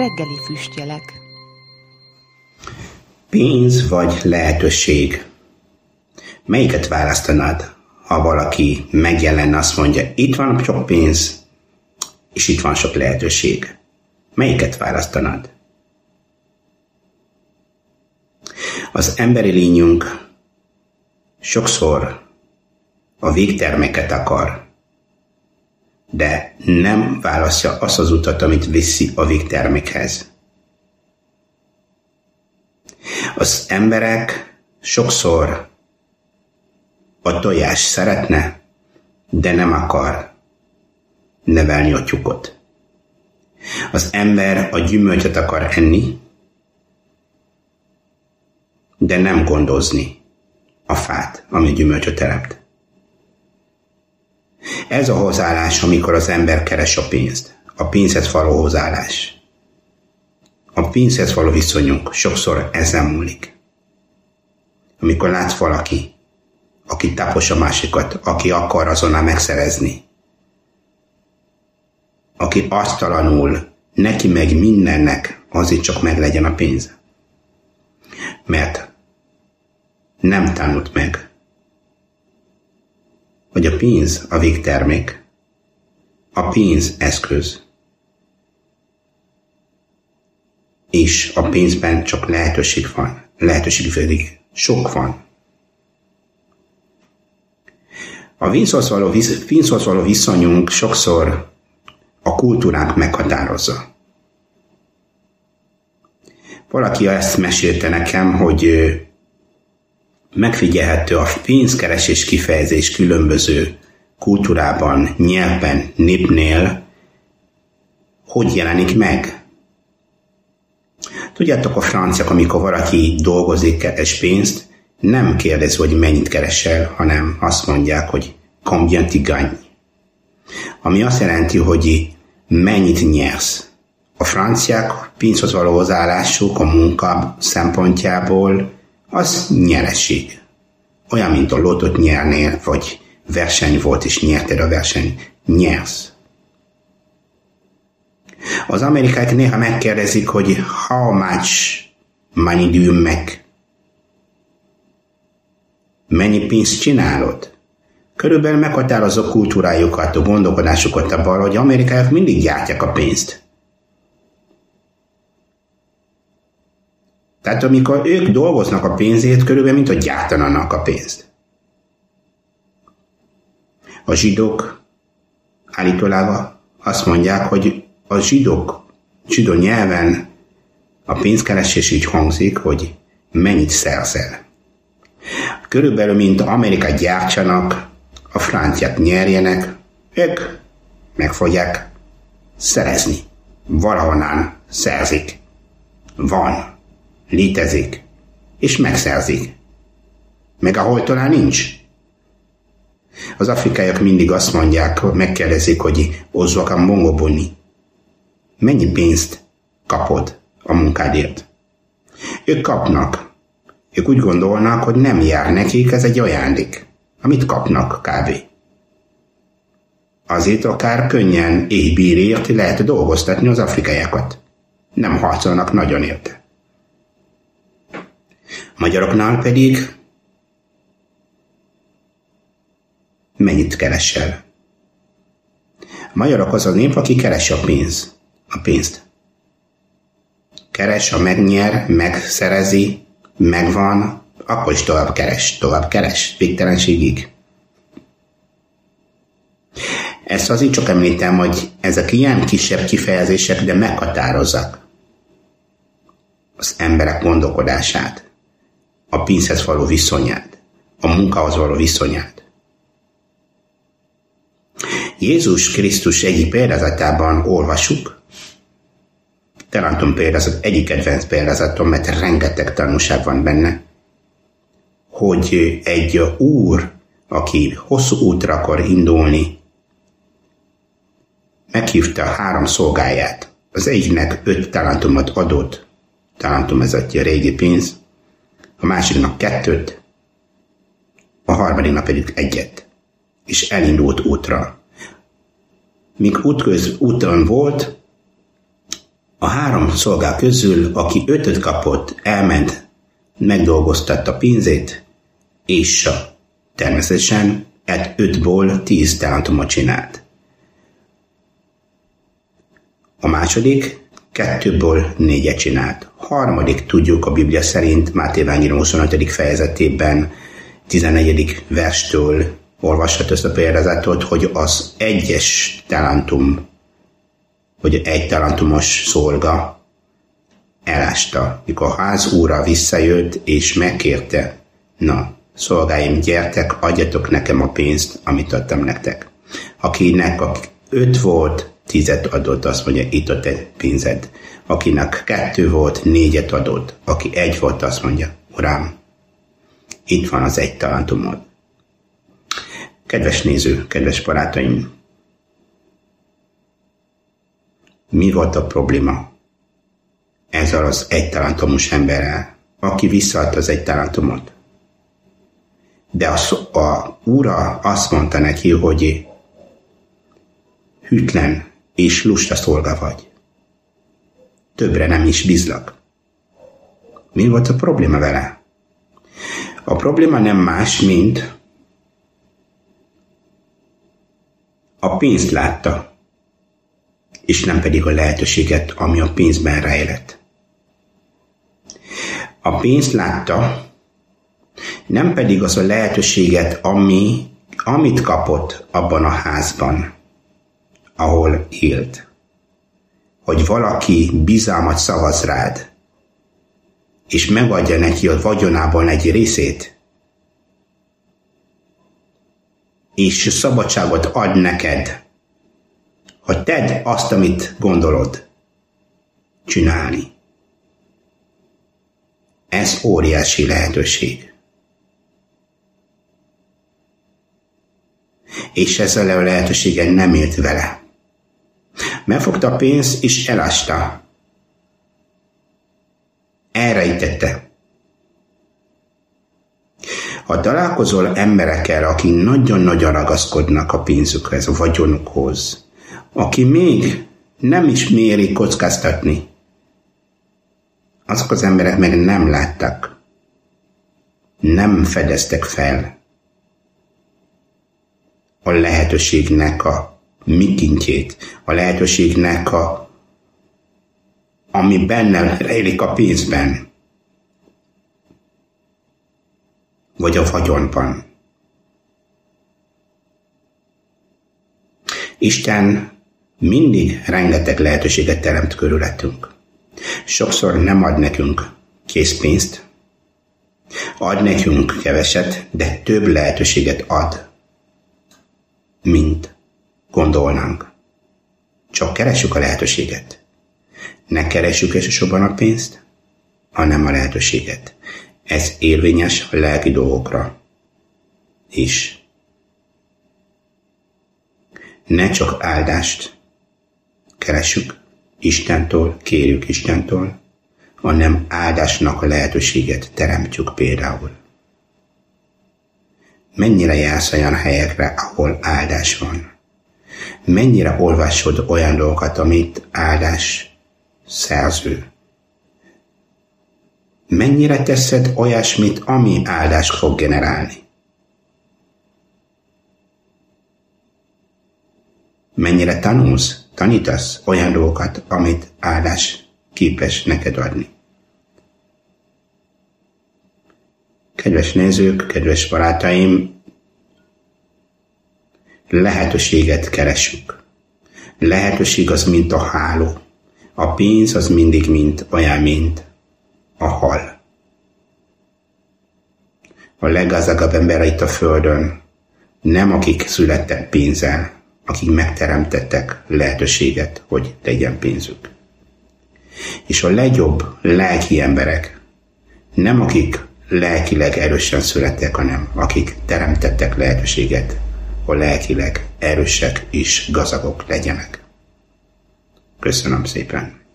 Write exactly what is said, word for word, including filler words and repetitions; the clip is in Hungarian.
Reggeli füstjelek. Pénz vagy lehetőség? Melyiket választanád, ha valaki megjelenne, azt mondja, itt van sok pénz, és itt van sok lehetőség? Melyiket választanád? Az emberi lényünk sokszor a végterméket akar, de nem választja azt az utat, amit viszi a végtermékhez. Az emberek sokszor a tojás szeretne, de nem akar nevelni a tyúkot. Az ember a gyümölcsöt akar enni, de nem gondozni a fát, ami gyümölcsöt teremt. Ez a hozzáállás, amikor az ember keres a pénzt. A pénzhez való hozzáállás. A pénzhez való viszonyunk sokszor ezen múlik. Amikor látsz valaki, aki tapos a másikat, aki akar azonnal megszerezni, aki asztalanul neki meg mindennek, azért csak meg legyen a pénz. Mert nem tanult meg, hogy a pénz a végtermék, a pénz eszköz, és a pénzben csak lehetőség van, lehetőség pedig sok van. A pénzhoz való, pénzhoz való viszonyunk sokszor a kultúránk meghatározza. Valaki ezt mesélte nekem, hogy megfigyelhető a pénzkeresés kifejezés különböző kultúrában, nyelvben, népnél, hogy jelenik meg. Tudjátok, a franciák, amikor valaki dolgozik, keres pénzt, nem kérdez, hogy mennyit keresel, hanem azt mondják, hogy combien tu gagnes. Ami azt jelenti, hogy mennyit nyersz. A franciák pénzhoz való hozzáállásuk a munka szempontjából az nyereség. Olyan, mint a lotot nyernél, vagy verseny volt, és nyerted a verseny. Nyersz. Az amerikaiak néha megkérdezik, hogy how much money do you make? Mennyi pénzt csinálod? Körülbelül meghatározó kultúrájukat, a gondolkodásukat abban, hogy amerikaiak mindig gyártják a pénzt. Tehát amikor ők dolgoznak a pénzét, körülbelül mint hogy gyártanának a pénzt. A zsidók állítólag azt mondják, hogy a zsidók, zsidó nyelven a pénzkeresés így hangzik, hogy mennyit szerzel. Körülbelül mint Amerika gyártsanak, a franciák nyerjenek, ők meg fogják szerezni. Valahonnan szerzik. Van. Létezik, és megszerzik. Meg ahol talán nincs. Az afrikaiak mindig azt mondják, megkérdezik, hogy ozzak a mongoboni. Mennyi pénzt kapod a munkádért? Ők kapnak. Ők úgy gondolnak, hogy nem jár nekik, ez egy ajándék, amit kapnak kb. Azért akár könnyen éhbírért lehet dolgoztatni az afrikaiakat. Nem harcolnak nagyon érte. Magyaroknál pedig mennyit keresel? A magyarok az a nép, aki keresi a pénz, a pénzt. Keres, ha megnyer, megszerezi, megvan, akkor is tovább keres, tovább keres, végtelenségig. Ezt azért csak említem, hogy ezek ilyen kisebb kifejezések, de meghatározzak az emberek gondolkodását, a pénzhez való viszonyát, a munkához való viszonyát. Jézus Krisztus egyik példázatában olvasjuk, tanítom példázat, egyik kedvenc példázatom, mert rengeteg tanúság van benne, hogy egy úr, aki hosszú útra akar indulni, meghívta három szolgáját. Az egyiknek öt talentumot adott, talentum ez a régi pénz, a másiknak kettőt, a harmadiknak pedig egyet, és elindult útra. Míg útköz, úton volt, A három szolgák közül, aki ötöt kapott, elment, megdolgoztatta pénzét, és természetesen egy ötból tíz talentumot csinált. A második kettőből négyet csinált. A harmadik tudjuk a Biblia szerint Máté evangélium huszonötödik fejezetében tizennegyedik verstől olvashat ezt a példázatot, hogy az egyes talentum, hogy egy talentumos szolga elásta, mikor a ház úra visszajött és megkérte, na, szolgáim, gyertek, adjatok nekem a pénzt, amit adtam nektek. Akinek öt volt, tízet adott, azt mondja, itt a te pénzed. Akinek kettő volt, négyet adott. Aki egy volt, azt mondja, uram, itt van az egy talentumod. Kedves néző, kedves barátaim, mi volt a probléma ezzel az egy talentumos emberrel, aki visszaadta az egy talentumot? De a, a úra azt mondta neki, hogy hűtlen és lusta szolga vagy. Többre nem is bízlak. Mi volt a probléma vele? A probléma nem más, mint a pénzt látta, és nem pedig a lehetőséget, ami a pénzben rejlett. A pénzt látta, nem pedig az a lehetőséget, ami, amit kapott abban a házban, ahol élt. Hogy valaki bizalmat szavaz rád, és megadja neki a vagyonában egy részét, és szabadságot ad neked, hogy tedd azt, amit gondolod csinálni. Ez óriási lehetőség. És ezzel a lehetőséggel nem élt vele. Megfogta a pénzt, és elásta. Elrejtette. Ha találkozol emberekkel, akik nagyon-nagyon ragaszkodnak a pénzükhez, a vagyonukhoz, aki még nem is méri kockáztatni, azok az emberek meg nem láttak, nem fedeztek fel a lehetőségnek a mikintjét, a lehetőségnek a, ami benne rejlik a pénzben, vagy a vagyonban. Isten mindig rengeteg lehetőséget teremt körülöttünk. Sokszor nem ad nekünk készpénzt, ad nekünk keveset, de több lehetőséget ad, mint gondolnánk. Csak keressük a lehetőséget. Ne keressük elsősorban a pénzt, hanem a lehetőséget. Ez érvényes a lelki dolgokra is. Ne csak áldást keressük Istentől, kérjük Istentől, hanem áldásnak a lehetőséget teremtjük például. Mennyire jársz olyan helyekre, ahol áldás van? Mennyire olvasod olyan dolgokat, amit áldás szerző? Mennyire teszed olyasmit, ami áldást fog generálni? Mennyire tanulsz, tanítasz olyan dolgokat, amit áldás képes neked adni? Kedves nézők, kedves barátaim, lehetőséget keresünk. Lehetőség az, mint a háló. A pénz az mindig mint olyan, mint a hal. A leggazdagabb ember itt a földön nem akik születtek pénzzel, akik megteremtettek lehetőséget, hogy legyen pénzük. És a legjobb lelki emberek nem akik lelkileg erősen születtek, hanem akik teremtettek lehetőséget, hogy lelkileg erősek és gazdagok legyenek. Köszönöm szépen!